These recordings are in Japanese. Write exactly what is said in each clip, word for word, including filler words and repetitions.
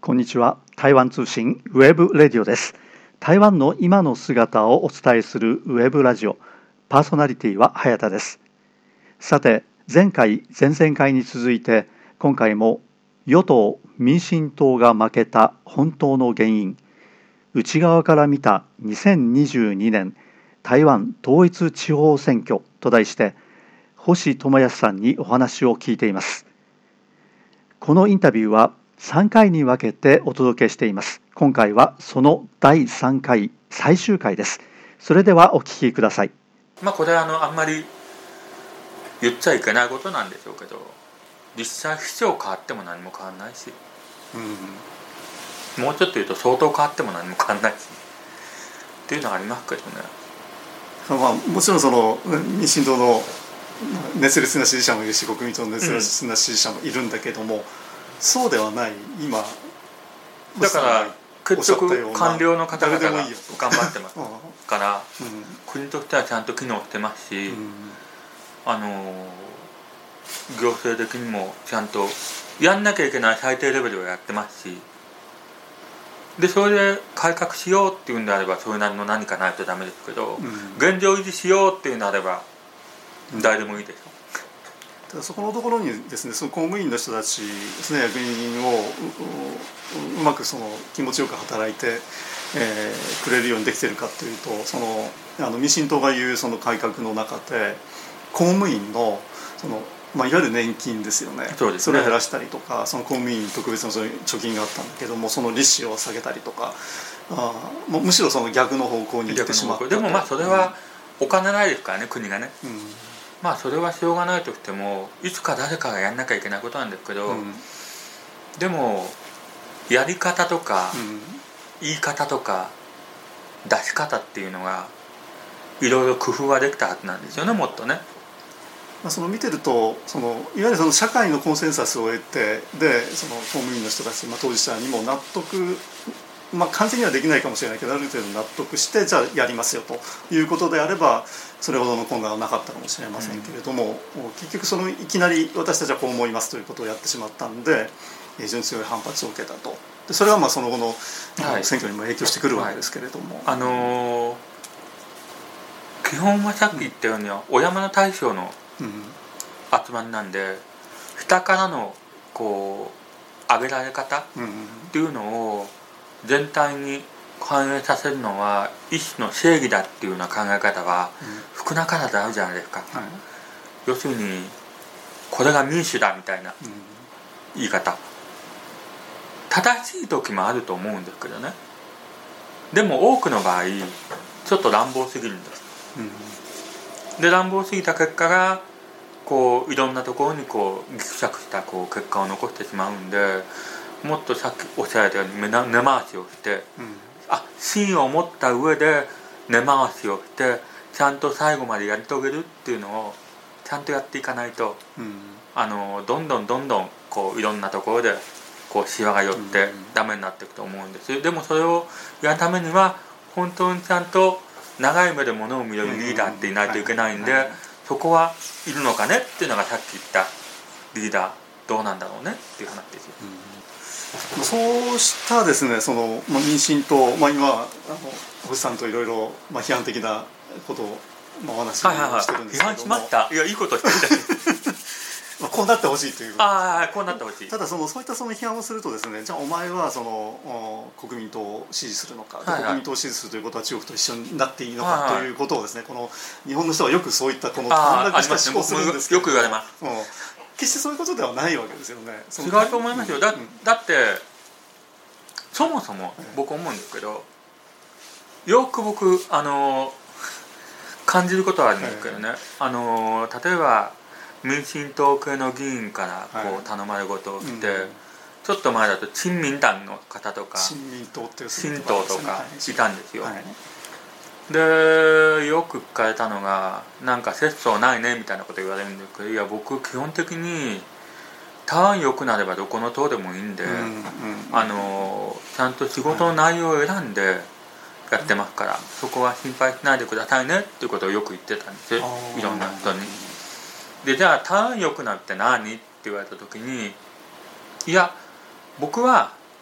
こんにちは。台湾通信ウェブレディオです。台湾の今の姿をお伝えするウェブラジオ、パーソナリティは早田です。さて、前回前々回に続いて今回も与党民進党が負けた本当の原因、内側から見たにせんにじゅうにねん台湾統一地方選挙と題して星智康さんにお話を聞いています。このインタビューはさんかいに分けてお届けしています。今回はそのだいさんかい最終回です。それではお聞きください。 まあこれはあのあんまり言っちゃいけないことなんでしょうけど、実際市長変わっても何も変わんないし、うん、もうちょっと言うと相当変わっても何も変わんないしっていうのはありますけどね。 まあ、もちろんその民進党の熱烈な支持者もいるし、国民党の熱烈な支持者もいるんだけども、うん、そうではない今だから結局官僚の方々が頑張ってますから、うん、国としてはちゃんと機能してますし、うん、あの行政的にもちゃんとやんなきゃいけない最低レベルをやってますし、でそれで改革しようっていうんであればそれなりの何かないとダメですけど、うん、現状維持しようっていうんであれば誰でもいいでしょ。 ただそこのところにですね、その公務員の人たちですね、役員を う, う, うまくその気持ちよく働いて、えー、くれるようにできているかというと、そのあの民進党が言うその改革の中で公務員のその、まあ、いわゆる年金ですよね。 そうですね。 それを減らしたりとか、その公務員特別のその貯金があったんだけども、その利子を下げたりとか、あもうむしろその逆の方向に行ってしまったと。 でもまあそれはお金ないですからね、国がね。 うん、 まあそれはしょうがないとしても、いつか誰かがやんなきゃいけないことなんですけど、うん、でもやり方とか、うん、言い方とか出し方っていうのがいろいろ工夫はできたはずなんですよね、もっとね。 まあ、その見てるとそのいわゆるその社会のコンセンサスを得て、でその公務員の人たち、まあ、当事者にも納得、まあ、完全にはできないかもしれないけどある程度納得してじゃあやりますよということであればそれほどの困難はなかったかもしれませんけれども、うん、結局そのいきなり私たちはこう思いますということをやってしまったんで非常に強い反発を受けたと。でそれはまあその後の、はい、選挙にも影響してくるわけですけれども、はい、 あのー、基本はさっき言ったように、うん、お山の大将の集まりなんで、下からのこう上げられ方っていうのを全体に反映させるのは一種の正義だっていうような考え方は少なからずあるじゃないですか、うん、要するにこれが民主だみたいな言い方、正しい時もあると思うんですけどね。でも多くの場合ちょっと乱暴すぎるんです、うん、で乱暴すぎた結果がこういろんなところにこうぎくしゃくしたこう結果を残してしまうんで、もっとさっきおっしゃられたように根回しをして、うん、あ芯を持った上で根回しをしてちゃんと最後までやり遂げるっていうのをちゃんとやっていかないと、うん、あのどんどんどんどんこういろんなところでこうシワが寄ってダメになっていくと思うんです。でもそれをやるためには本当にちゃんと長い目でものを見れるリーダーっていないといけないんで、そこはいるのかねっていうのがさっき言ったリーダーどうなんだろうねっていう話ですよ、 うん、そうしたですねその、まあ、民進党、まあ、今あの星さんといろいろ批判的なことを、まあ、お話ししてるんですけども、はいはいはい、批判しました。 いやいいことしてるまあこうなってほしいというああこうなってほしい。 ただそのそういったその批判をするとですね、じゃあお前はその国民党を支持するのか、はいはい、国民党を支持するということは中国と一緒になっていいのか、はいはい、ということをですね、この日本の人はよくそういったこの短絡した思考をするんですけど、 よく言われます、 うん、決してそういうことではないわけですよね。 違うと思いますよ。 だ, だってそもそも僕思うんですけど、よく僕あの感じることはあるんですけどね、あの例えば民進党系の議員からこう頼まれ事をして、はい、うん、ちょっと前だと親民党の方とか親民党っていう新党とかいたんですよ、はい、でよく聞かれたのがなんか節操ないねみたいなこと言われるんですけど、いや僕基本的にターン良くなればどこの党でもいいんで、うんうんうん、あのちゃんと仕事の内容を選んでやってますから、そこは心配しないでくださいねっていうことをよく言ってたんですよ、いろんな人に。でじゃあターン良くなって何って言われた時に、いや僕は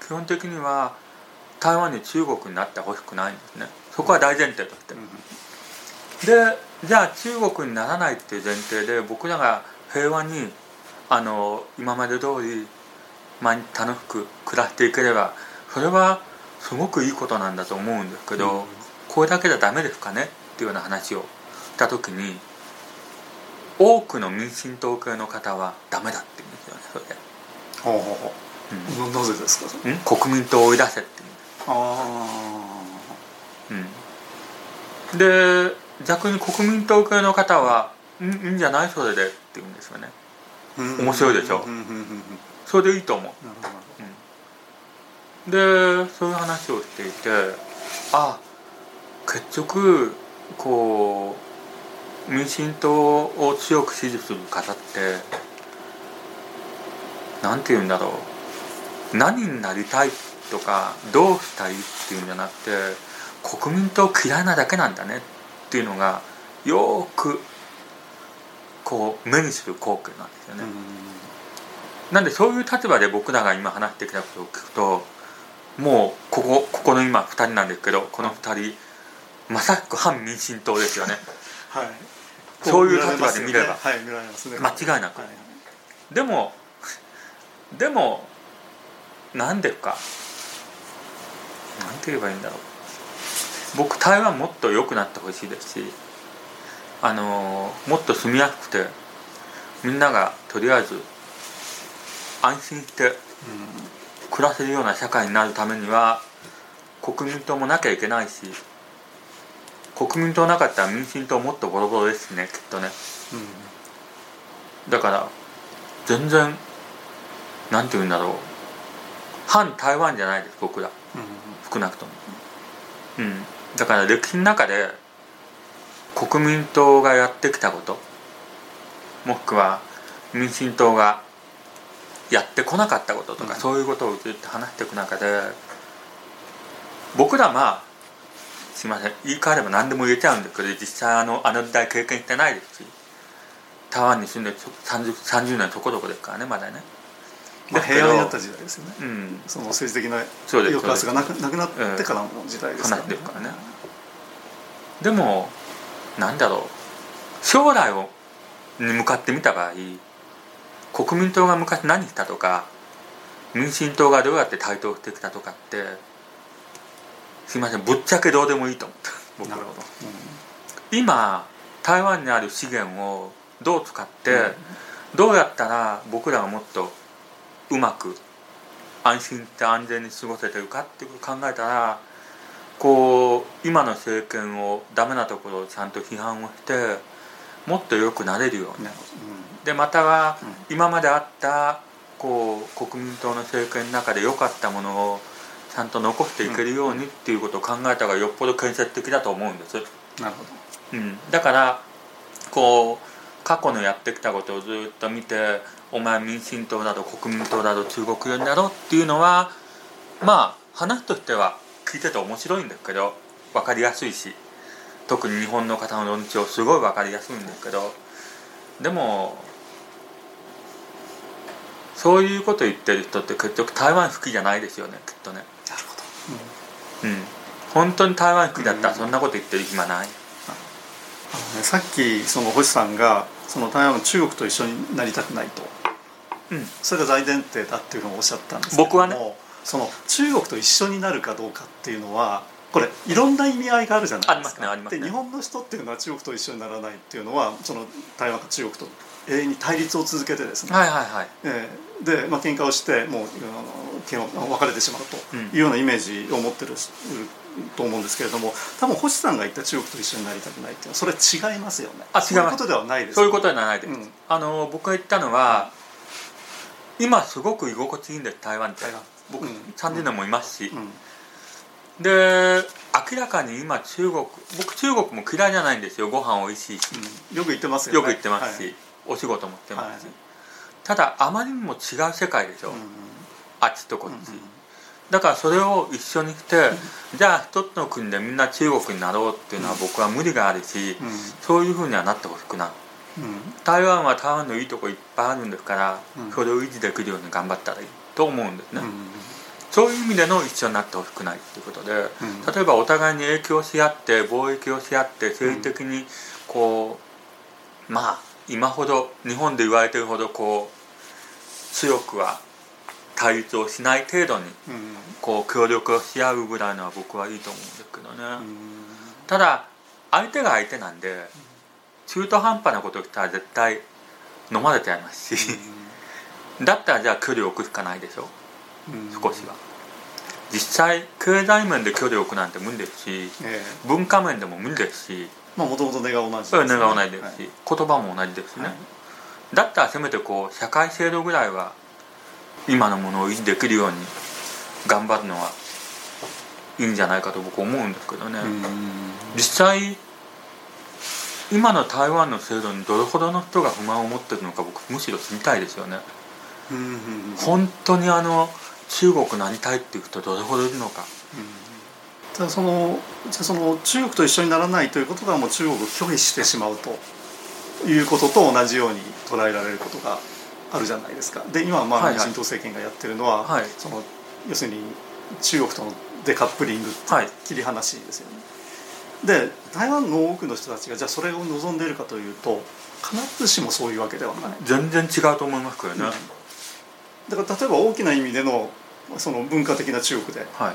基本的には台湾に中国になってほしくないんですね。そこは大前提として、うん、でじゃあ中国にならないっていう前提で僕らが平和にあの今まで通り毎日楽しく暮らしていければそれはすごくいいことなんだと思うんですけど、うん、これだけじゃダメですかねっていうような話をした時に多くの民進党系の方はダメだって言うんですよね。それでほうほうほう、うん、なぜですかそれ、 うん、国民党を追い出せって言うんです。 あうん、で逆に国民党系の方は「んいいんじゃないそれで」って言うんですよね。面白いでしょ。それでいいと思う。うん、でそういう話をしていてあ結局こう民進党を強く支持する方ってなんて言うんだろう何になりたいとかどうしたいっていうんじゃなくて国民党嫌いなだけなんだねっていうのがよくこう目にする光景なんですよね。なんでそういう立場で僕らが今話してきたことを聞くともうここここの今ふたりなんですけどこのふたりまさしく反民進党ですよね。 はい、 そういう立場で見ればはい、見られますね、 間違いなく、はいはい、でもでもなんでかなんて言えばいいんだろう僕台湾もっと良くなってほしいですしあのもっと住みやすくてみんながとりあえず安心して暮らせるような社会になるためには国民党もなきゃいけないし国民党なかったら民進党もっとボロボロですねきっとね、うん、だから全然なんて言うんだろう反台湾じゃないです僕ら、うん、少なくとも、うん、だから歴史の中で国民党がやってきたこともしくは民進党がやってこなかったこととか、うん、そういうことをずっと話していく中で僕らまあすいません言い換えれば何でも言えちゃうんですけど実際あのあの時代経験してないですし台湾に住んで 30, さんじゅうねんそこそこですからねまだね、 まあ、平和になった時代ですよね、うん、その政治的な抑圧がなくなってからの時代ですからね、 うん、からねでもなんだろう将来をに向かってみた場合国民党が昔何したとか民進党がどうやって台頭してきたとかってすいませんぶっちゃけどうでもいいと思った僕は、うん、今台湾にある資源をどう使って、うん、どうやったら僕らがもっとうまく安心して安全に過ごせてるかっていうことを考えたらこう今の政権をダメなところをちゃんと批判をしてもっと良くなれるように、うん、でまたは今まであったこう国民党の政権の中で良かったものをちゃんと残していけるようにっていうことを考えた方がよっぽど建設的だと思うんです。 なるほど、うん、だからこう過去のやってきたことをずっと見てお前民進党だと国民党だと中国寄りだろっていうのはまあ話としては聞いてて面白いんですけど分かりやすいし特に日本の方の論調すごい分かりやすいんですけどでもそういうこと言ってる人って結局台湾好きじゃないですよねきっとね。 なるほど、うんうん、本当に台湾好きだったらそんなこと言ってる暇ない、うん、あのね、さっきその星さんがその台湾は中国と一緒になりたくないと、うん、それが大前提だっていうのをおっしゃったんですけども僕はねその中国と一緒になるかどうかっていうのはこれいろんな意味合いがあるじゃないですか。 ありますね、ありますね。 で日本の人っていうのは中国と一緒にならないっていうのはその台湾か中国と永遠に対立を続けてですね、 はいはいはい、 えー、で、まあ喧嘩をしてもう剣を別れてしまうというようなイメージを持ってると思うんですけれども、多分星さんが言った中国と一緒になりたくないっていうのはそれ違いますよね。 あ、違います。 そういうことではないです。 そういうことではないです、うん、あの僕が言ったのは、うん、今すごく居心地いいんです台湾って。僕、うん、さんじゅうねんもいますし、うんうん、で明らかに今中国僕中国も嫌いじゃないんですよ。ご飯おいしいし、 うん、よく言ってますよね。 よく言ってますし、はい、お仕事もしてますし、はい、ただあまりにも違う世界でしょ、うんうん、あっちとこっち、うんうん、だからそれを一緒にして、うん、じゃあ一つの国でみんな中国になろうっていうのは僕は無理があるし、うん、そういうふうにはなってほしくない、うん、台湾は台湾のいいとこいっぱいあるんですから、うん、それを維持できるように頑張ったらいいと思うんですね、うん、 そういう意味での一緒になってほしくないっていうことで、 うん、 例えばお互いに影響し合って貿易をし合って政治的にこう、うん、まあ今ほど日本で言われてるほどこう強くは対立をしない程度にこう協力をし合うぐらいのは僕はいいと思うんですけどね、うん、ただ相手が相手なんで中途半端なことをしたら絶対飲まれちゃいますし、うん、だったらじゃあ距離を置くしかないでしょ、うん、少しは。実際経済面で距離を置くなんて無理ですし、えー、文化面でも無理ですし、 まあもともと根が同じです、ね、 根が同じですし、はい、言葉も同じですね、はい、だったらせめてこう社会制度ぐらいは今のものを維持できるように頑張るのはいいんじゃないかと僕思うんですけどね。実際今の台湾の制度にどれほどの人が不満を持ってるのか僕むしろ知りたいですよね。本当にあの中国になりたいっていう人どれほどいるのか。 ただそのじゃあその中国と一緒にならないということがもう中国を拒否してしまうということと同じように捉えられることがあるじゃないですか。で今まあ民進党政権がやってるのは、はいはい、その要するに中国とのデカップリングって切り離しですよね、はい、で台湾の多くの人たちがじゃあそれを望んでいるかというと必ずしもそういうわけではない。 全然違うと思いますけどね、 うん、だから例えば大きな意味でのその文化的な中国で、はい、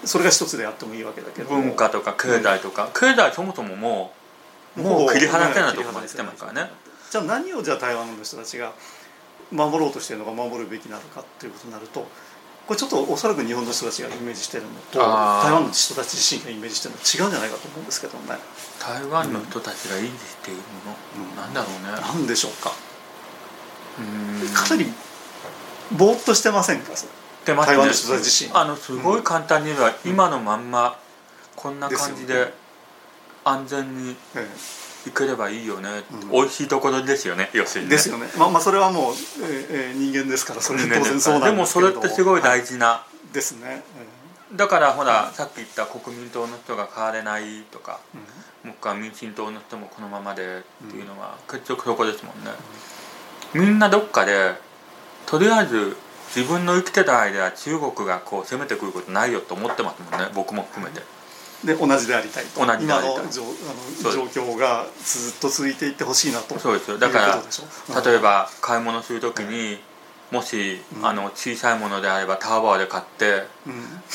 それが一つであってもいいわけだけど文化とか経済とか、うん、経済そもそももうもう切り離せないところまで来てますからね。 じゃあ何をじゃあ台湾の人たちが守ろうとしているのか守るべきなのかっていうことになるとこれちょっとおそらく日本の人たちがイメージしてるのと台湾の人たち自身がイメージしてるの違うんじゃないかと思うんですけどね。 台湾の人たちがイメージしているもの、うん、なんだろうね。 なんでしょうか。うーんかなりぼーっとしてませんかそれ、ね、台湾の人たち自身。 あのすごい簡単に言えば、うん、今のまんまこんな感じで安全に、ええ行ければいいよね、うん、美味しいところですよね要するにね。 ですよね。まあ、まあそれはもう、えー、人間ですからそれ当然そうなんですけどでもそれってすごい大事な、はい、ですね、 えー、だからほら、うん、さっき言った国民党の人が変われないとか、うん、もう一回民進党の人もこのままでっていうのは、うん、結局そこですもんね、うん、みんなどっかでとりあえず自分の生きてた間は中国がこう攻めてくることないよと思ってますもんね僕も含めて。 で同じでありたいと。同じでありたい。今の状、あの状況がずっと続いていってほしいなと。 そうですよ。だから、うん、例えば買い物するときに、うん、もし、うん、あの小さいものであればタワーで買って、うん、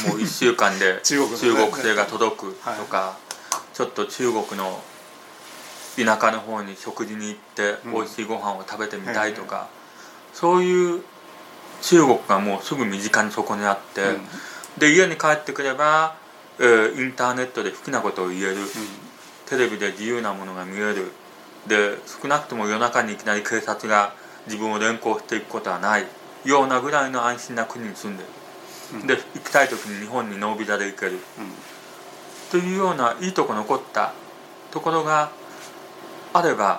もういっしゅうかんで中国製が届くとか、はい、ちょっと中国の田舎の方に食事に行って美味しいご飯を食べてみたいとか、うん、そういう中国がもうすぐ身近にそこにあって、うん、で家に帰ってくればインターネットで好きなことを言える、うん、テレビで自由なものが見える。で少なくとも夜中にいきなり警察が自分を連行していくことはないようなぐらいの安心な国に住んでいる、うん、で行きたい時に日本にノービザで行ける、うん、というようないいとこ残ったところがあれば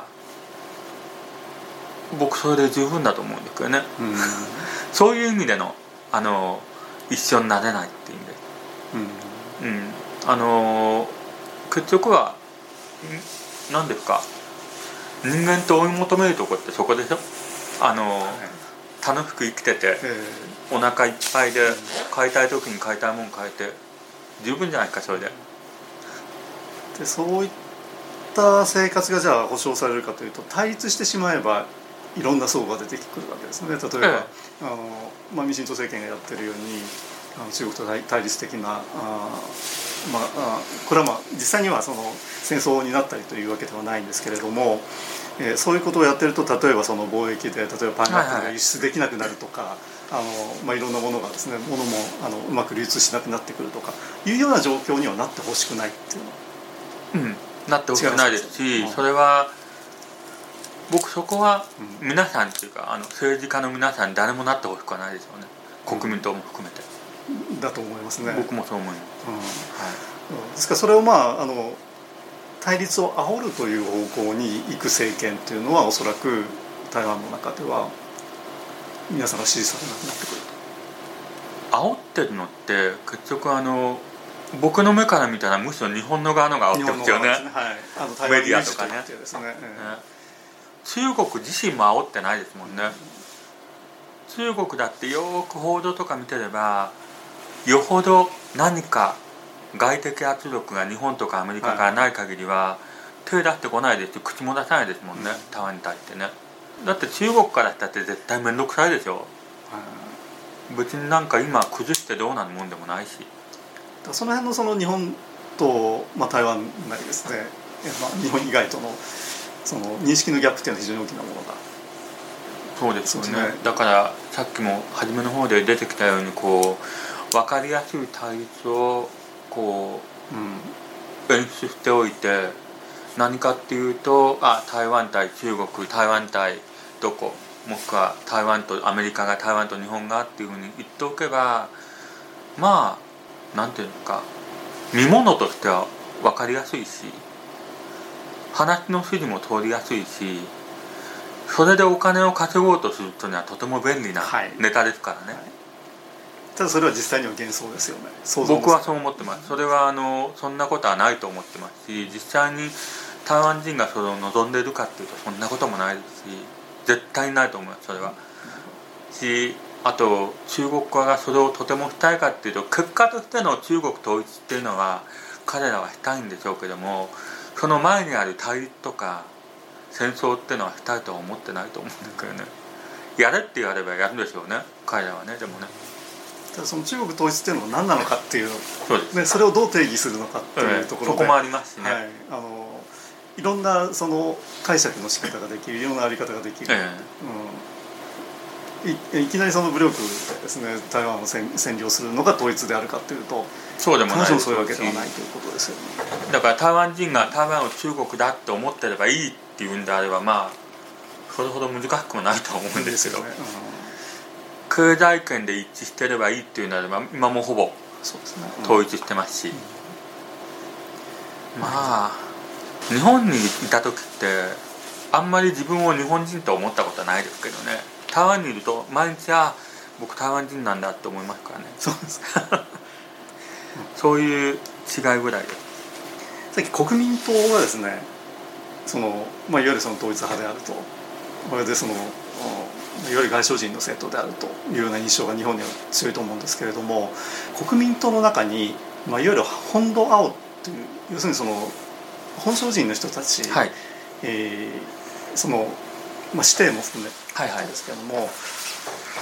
僕それで十分だと思うんですけどね、うん、そういう意味でのあの一緒になれないっていう意味で、うんうん、あのー、結局は何ですか人間と追い求めるとこってそこでしょ。あのーはい、楽しく生きてて、えー、お腹いっぱいで買いたい時に買いたいもん買えて十分じゃないかそれで。 でそういった生活がじゃあ保障されるかというと対立してしまえばいろんな層が出てくるわけですね。例えば、えーあのまあ、民進党政権がやってるように中国と対立的なあ、まあ、これはまあ実際にはその戦争になったりというわけではないんですけれども、えー、そういうことをやってると例えばその貿易で例えばパイナップルが輸出できなくなるとか、はいはいあのまあ、いろんなものがですねものもあのうまく流通しなくなってくるとかいうような状況にはなってほしくないっていうのは、うん、なってほしくないですし、うん、それは僕そこは皆さんっていうかあの政治家の皆さん誰もなってほしくはないですよね国民党も含めて。 だと思いますね。 僕もそう思います、うんはい、 ですからそれをまああの対立を煽るという方向に行く政権というのはおそらく台湾の中では皆さんが支持されなくなってくると。煽ってるのって結局あの僕の目から見たらむしろ日本の側のが煽ってますよね。はい、あの台湾メディアとかね。ですね、えー、中国自身も煽ってないですもんね、うん、中国だってよく報道とか見てればよほど何か外的圧力が日本とかアメリカからない限りは手出してこないですし、口も出さないですもんね、台湾に対してね。だって中国からしたって絶対面倒くさいでしょ。別になんか今崩してどうなるもんでもないし、 その辺のその日本と、まあ、台湾なりですね、まあ、日本以外とのその認識のギャップっていうのは非常に大きなものが。 そうですよね。 そうですね。 だからさっきも初めの方で出てきたようにこう分かりやすい対立をこう、うん、演出しておいて、何かっていうと、あ、台湾対中国、台湾対どこ、もしくは台湾とアメリカが、台湾と日本がっていうふうに言っておけば、まあなんていうのか、見物としては分かりやすいし、話の筋も通りやすいし、それでお金を稼ごうとする人にはとても便利なネタですからね、はいはい、 ただそれは実際には幻想ですよね。想像僕はそう思ってます。それはあのそんなことはないと思ってますし、実際に台湾人がそれを望んでいるかっていうとそんなこともないですし、絶対にないと思います。それはし、あと中国側がそれをとてもしたいかっていうと、結果としての中国統一っていうのは彼らはしたいんでしょうけども、その前にある対立とか戦争っていうのはしたいとは思ってないと思うんですけどね。やれって言わればやるでしょうね、彼らはね。でもね、 ただその中国統一っていうのは何なのかっていう、 そうです、 ね、それをどう定義するのかっていうところで、 そこもありますしね、 はい、あのいろんなその解釈の仕方ができる、いろんなあり方ができる、ええ、うん、い, いきなりその武力でですね台湾を占領するのが統一であるかというと、 そうでもないですし、 そういうわけではないということですよね。 だから台湾人が台湾を中国だって思ってればいいっていうんであれば、まあそれほど難しくもないと思うんですけど、ね、うん、経済圏で一致してればいいっていうのであれば今もほぼ統一してますし、うん、まあ日本にいた時ってあんまり自分を日本人と思ったことはないですけどね、台湾にいると毎日は僕台湾人なんだって思いますからね。 そうですかそういう違いぐらいです。 さっき国民党がですね、その、まあ、いわゆるその統一派であると、これでそのいわゆる外省人の政党であるというような印象が日本には強いと思うんですけれども、国民党の中に、まあ、いわゆる本土青という、要するにその本省人の人たち、はい、えー、その、まあ、指定も含めですけれども、はいはい、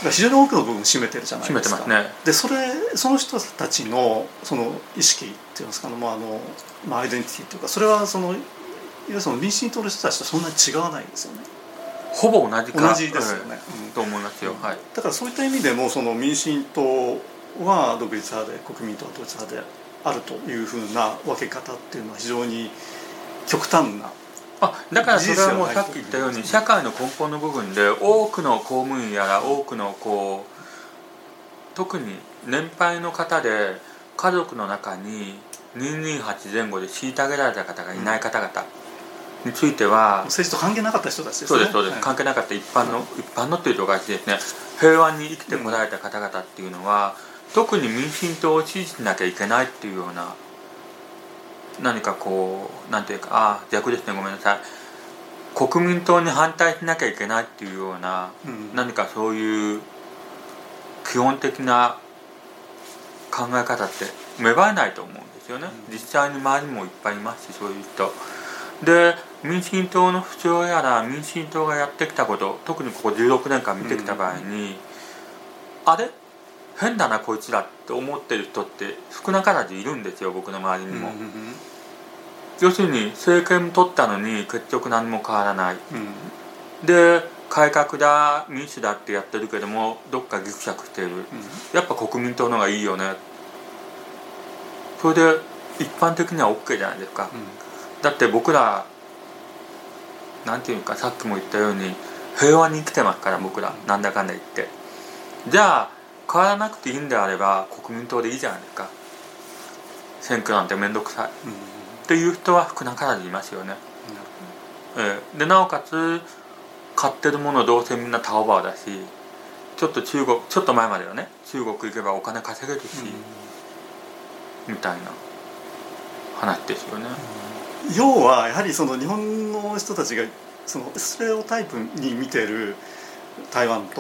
非常に多くの部分を占めてるじゃないですか。 占めてますね。 でそれその人たちのその意識っていうんですかね、まああのまあ、アイデンティティというか、それはそのいわゆるその民進党の人たちとそんなに違わないですよね。 ほぼ同じか同じですよね、 うん、と思いますよ、はい、 だからそういった意味でもその民進党は独立派で国民党は統一派であるというふうな分け方っていうのは非常に極端な。 あ、だからそれはもうさっき言ったように社会の根本の部分で多くの公務員やら多くのこう特に年配の方で家族の中ににひゃくにじゅうはち前後で虐げられた方がいない方々については、 政治と関係なかった人たちですね。 そうですそうです、はい、関係なかった一般の、一般のっていうとおかしいですね、平和に生きてこられた方々っていうのは、うん、特に民進党を支持しなきゃいけないっていうような、何かこうなんていうか、あ逆ですね、ごめんなさい、国民党に反対しなきゃいけないっていうような、うん、何かそういう基本的な考え方って芽生えないと思うんですよね、うん、実際に周りもいっぱいいますし、そういう人で、民進党の主張やら民進党がやってきたこと、特にここじゅうろくねんかん見てきた場合に、うん、あれ変だなこいつらって思ってる人って少なからずいるんですよ、僕の周りにも、うん、要するに政権取ったのに結局何も変わらない、うん、で改革だ民主だってやってるけどもどっかギクシャクしている、うん、やっぱ国民党の方がいいよね、それで一般的には OK じゃないですか、うん、だって僕らなんていうか、さっきも言ったように平和に生きてますから、僕らなんだかんだ言って、じゃあ変わらなくていいんであれば国民党でいいじゃないですか、選挙なんて面倒くさい、うん、っていう人は少なからずいますよね、うん、えー、でなおかつ買ってるものどうせみんなタオバオだし、ちょっと中国ちょっと前まではね中国行けばお金稼げるし、うん、みたいな話ですよね、 うん、要はやはりその日本の人たちがそのステレオタイプに見てる台湾と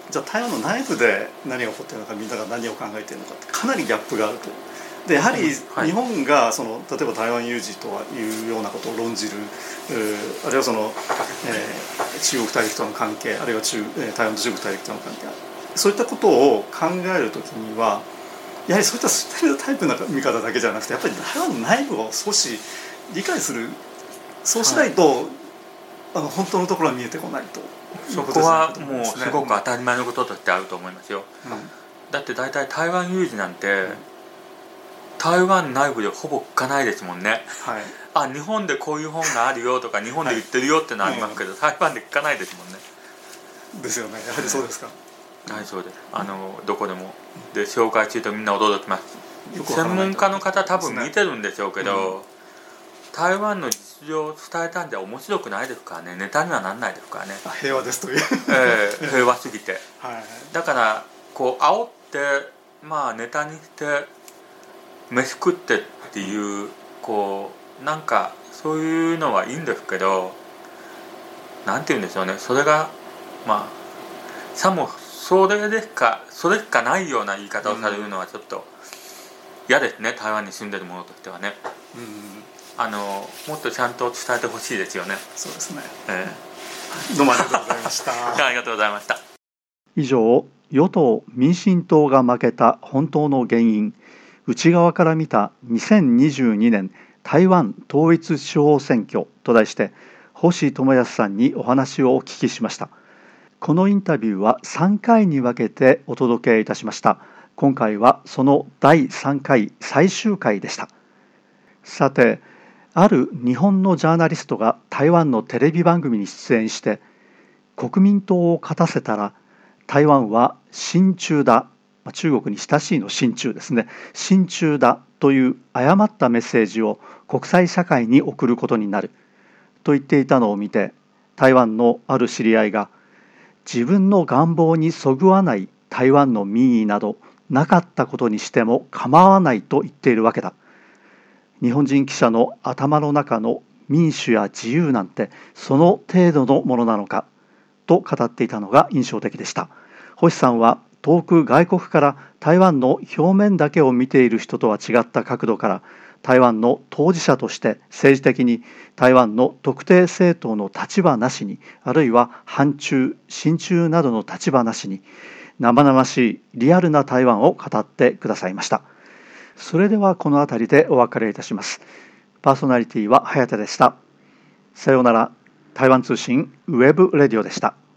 じゃあ台湾の内部で何が起こっているのか、みんなが何を考えているのかってかなりギャップがあると。でやはり日本がその例えば台湾有事というようなことを論じる、あるいはその、えー、中国大陸との関係、あるいは中台湾と中国大陸との関係、そういったことを考えるときにはやはりそういったステレオタイプな見方だけじゃなくて、やっぱり台湾の内部を少し理解する、そうしないと、はい、あの本当のところは見えてこないと。 そこはもうすごく当たり前のこととしてあると思いますよ、うん、だって大体台湾有事なんて、うん、台湾内部でほぼ聞かないですもんね、はい、あ日本でこういう本があるよとか日本で言ってるよってのありますけど、はい、台湾で聞かないですもんね。 ですよね、やはりそうですか。 はい、そうです。あのどこでもで紹介するとみんな驚きます。専門家の方多分見てるんでしょうけど、うん、台湾の実情を伝えたんじゃ面白くないですからね、ネタにはなんないですからね。 平和ですという、 えー、平和すぎて、 はい、 だからこう煽ってまあネタにして飯食ってっていうこうなんかそういうのはいいんですけど、なんて言うんでしょうね、それがまあさもそれでしかそれしかないような言い方をされるのはちょっと嫌ですね、台湾に住んでる者としてはね。うん、あのもっとちゃんと伝えてほしいですよね。 そうですね、 えー、どうもありがとうございましたありがとうございました。 以上、与党民進党が負けた本当の原因、内側から見たにせんにじゅうにねん台湾統一地方選挙と題して星友康さんにお話をお聞きしました。このインタビューはさんかいに分けてお届けいたしました。今回はそのだいさんかい最終回でした。さて、ある日本のジャーナリストが台湾のテレビ番組に出演して、国民党を勝たせたら台湾は親中だ、中国に親しいの親中ですね、親中だという誤ったメッセージを国際社会に送ることになると言っていたのを見て、台湾のある知り合いが自分の願望にそぐわない台湾の民意などなかったことにしても構わないと言っているわけだ。日本人記者の頭の中の民主や自由なんてその程度のものなのかと語っていたのが印象的でした。星さんは遠く外国から台湾の表面だけを見ている人とは違った角度から台湾の当事者として政治的に台湾の特定政党の立場なしに、あるいは反中親中などの立場なしに生々しいリアルな台湾を語ってくださいました。それではこの辺りでお別れいたします。パーソナリティは早田でした。さようなら。台湾通信ウェブレディオでした。